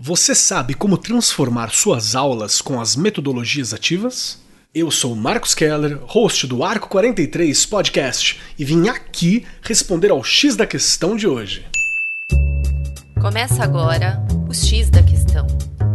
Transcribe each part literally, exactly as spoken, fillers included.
Você sabe como transformar suas aulas com as metodologias ativas? Eu sou Marcos Keller, host do Arco quarenta e três Podcast, e vim aqui responder ao X da Questão de hoje. Começa agora o X da Questão.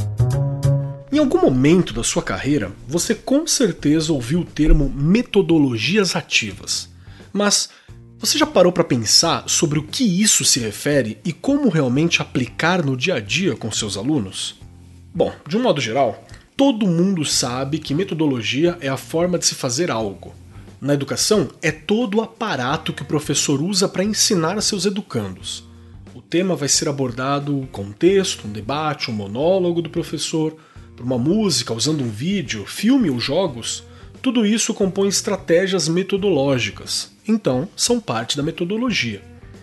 Em algum momento da sua carreira, você com certeza ouviu o termo metodologias ativas. Mas você já parou para pensar sobre o que isso se refere e como realmente aplicar no dia a dia com seus alunos? Bom, de um modo geral, todo mundo sabe que metodologia é a forma de se fazer algo. Na educação, é todo o aparato que o professor usa para ensinar a seus educandos. O tema vai ser abordado com um texto, um debate, um monólogo do professor, por uma música, usando um vídeo, filme ou jogos. Tudo isso compõe estratégias metodológicas, então são parte da metodologia.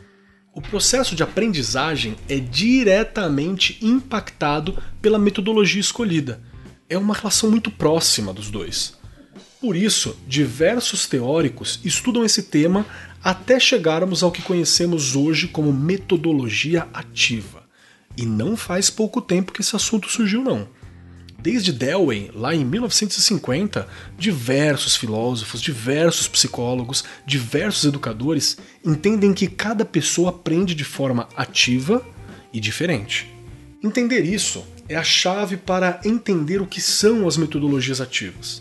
O processo de aprendizagem é diretamente impactado pela metodologia escolhida. É uma relação muito próxima dos dois. Por isso, diversos teóricos estudam esse tema até chegarmos ao que conhecemos hoje como metodologia ativa. E não faz pouco tempo que esse assunto surgiu, não. Desde Dewey, lá em mil novecentos e cinquenta, diversos filósofos, diversos psicólogos, diversos educadores entendem que cada pessoa aprende de forma ativa e diferente. Entender isso é a chave para entender o que são as metodologias ativas.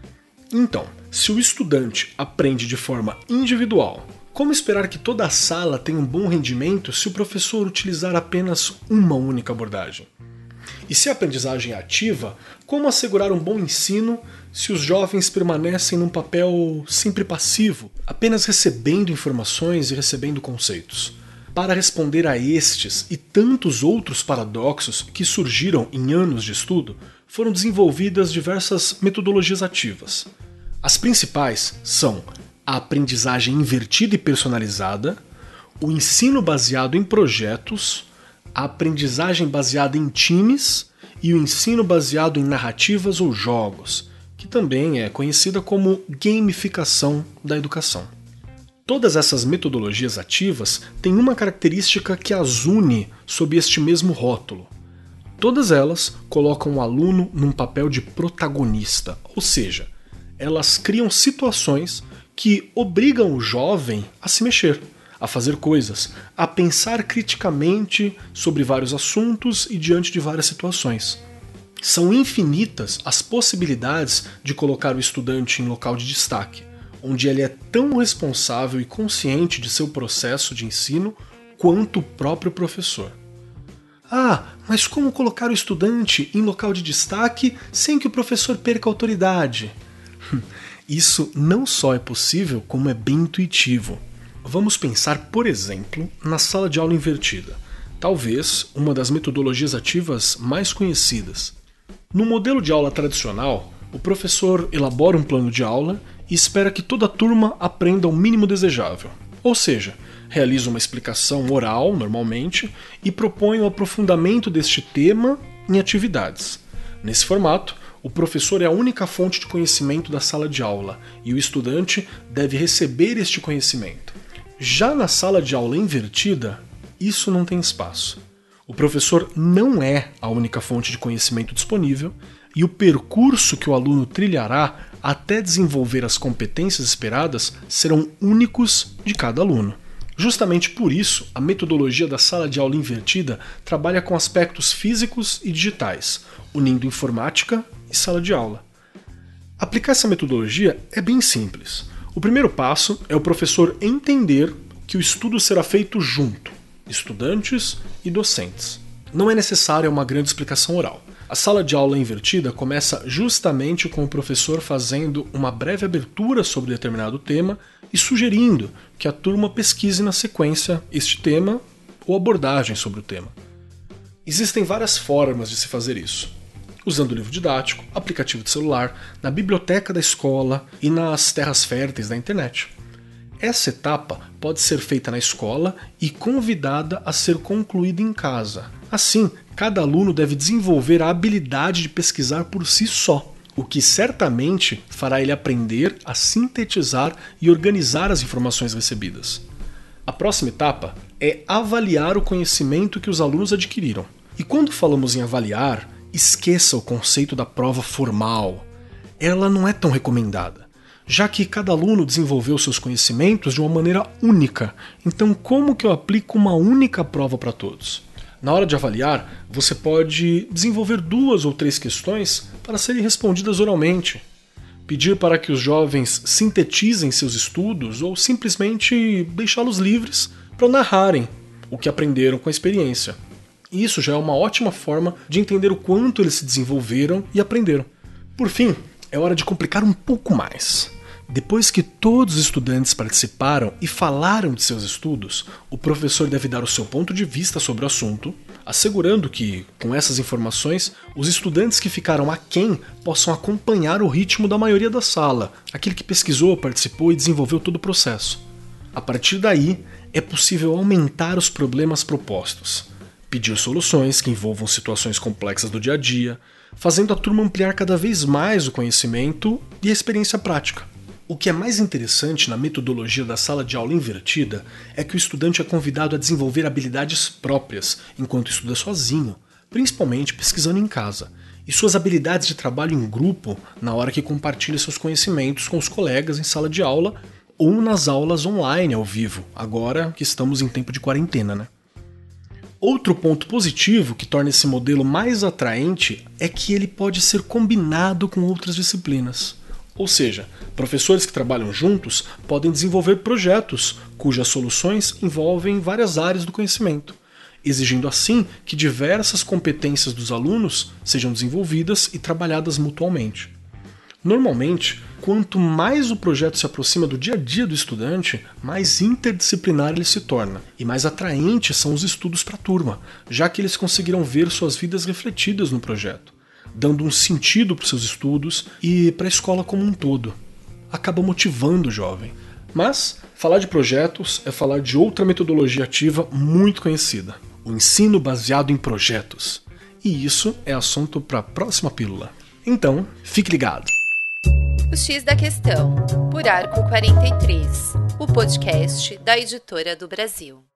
Então, se o estudante aprende de forma individual, como esperar que toda a sala tenha um bom rendimento se o professor utilizar apenas uma única abordagem? E se a aprendizagem é ativa, como assegurar um bom ensino se os jovens permanecem num papel sempre passivo, apenas recebendo informações e recebendo conceitos? Para responder a estes e tantos outros paradoxos que surgiram em anos de estudo, foram desenvolvidas diversas metodologias ativas. As principais são a aprendizagem invertida e personalizada, o ensino baseado em projetos, a aprendizagem baseada em times e o ensino baseado em narrativas ou jogos, que também é conhecida como gamificação da educação. Todas essas metodologias ativas têm uma característica que as une sob este mesmo rótulo. Todas elas colocam o aluno num papel de protagonista, ou seja, elas criam situações que obrigam o jovem a se mexer, a fazer coisas, a pensar criticamente sobre vários assuntos e diante de várias situações. São infinitas as possibilidades de colocar o estudante em local de destaque, onde ele é tão responsável e consciente de seu processo de ensino quanto o próprio professor. Ah, mas como colocar o estudante em local de destaque sem que o professor perca a autoridade? Isso não só é possível, como é bem intuitivo. Vamos pensar, por exemplo, na sala de aula invertida, talvez uma das metodologias ativas mais conhecidas. No modelo de aula tradicional, o professor elabora um plano de aula e espera que toda a turma aprenda o mínimo desejável, ou seja, realiza uma explicação oral, normalmente, e propõe o aprofundamento deste tema em atividades. Nesse formato, o professor é a única fonte de conhecimento da sala de aula e o estudante deve receber este conhecimento. Já na sala de aula invertida, isso não tem espaço. O professor não é a única fonte de conhecimento disponível e o percurso que o aluno trilhará até desenvolver as competências esperadas serão únicos de cada aluno. Justamente por isso, a metodologia da sala de aula invertida trabalha com aspectos físicos e digitais, unindo informática e sala de aula. Aplicar essa metodologia é bem simples. O primeiro passo é o professor entender que o estudo será feito junto, estudantes e docentes. Não é necessária uma grande explicação oral. A sala de aula invertida começa justamente com o professor fazendo uma breve abertura sobre determinado tema e sugerindo que a turma pesquise na sequência este tema ou abordagem sobre o tema. Existem várias formas de se fazer isso. Usando livro didático, aplicativo de celular, na biblioteca da escola e nas terras férteis da internet. Essa etapa pode ser feita na escola e convidada a ser concluída em casa. Assim, cada aluno deve desenvolver a habilidade de pesquisar por si só, o que certamente fará ele aprender a sintetizar e organizar as informações recebidas. A próxima etapa é avaliar o conhecimento que os alunos adquiriram. E quando falamos em avaliar, esqueça o conceito da prova formal. Ela não é tão recomendada, já que cada aluno desenvolveu seus conhecimentos de uma maneira única. Então, como que eu aplico uma única prova para todos? Na hora de avaliar, você pode desenvolver duas ou três questões para serem respondidas oralmente. Pedir para que os jovens sintetizem seus estudos ou simplesmente deixá-los livres para narrarem o que aprenderam com a experiência. Isso já é uma ótima forma de entender o quanto eles se desenvolveram e aprenderam. Por fim, é hora de complicar um pouco mais. Depois que todos os estudantes participaram e falaram de seus estudos, o professor deve dar o seu ponto de vista sobre o assunto, assegurando que, com essas informações, os estudantes que ficaram aquém possam acompanhar o ritmo da maioria da sala, aquele que pesquisou, participou e desenvolveu todo o processo. A partir daí, é possível aumentar os problemas propostos, pedir soluções que envolvam situações complexas do dia a dia, fazendo a turma ampliar cada vez mais o conhecimento e a experiência prática. O que é mais interessante na metodologia da sala de aula invertida é que o estudante é convidado a desenvolver habilidades próprias enquanto estuda sozinho, principalmente pesquisando em casa, e suas habilidades de trabalho em grupo na hora que compartilha seus conhecimentos com os colegas em sala de aula ou nas aulas online ao vivo, agora que estamos em tempo de quarentena, né? Outro ponto positivo que torna esse modelo mais atraente é que ele pode ser combinado com outras disciplinas. Ou seja, professores que trabalham juntos podem desenvolver projetos cujas soluções envolvem várias áreas do conhecimento, exigindo assim que diversas competências dos alunos sejam desenvolvidas e trabalhadas mutuamente. Normalmente, quanto mais o projeto se aproxima do dia a dia do estudante, mais interdisciplinar ele se torna, e mais atraentes são os estudos para a turma, já que eles conseguirão ver suas vidas refletidas no projeto, dando um sentido para os seus estudos e para a escola como um todo. Acaba motivando o jovem. Mas falar de projetos é falar de outra metodologia ativa muito conhecida, o ensino baseado em projetos. E isso é assunto para a próxima pílula. Então, fique ligado! O X da Questão, por Arco quarenta e três, o podcast da Editora do Brasil.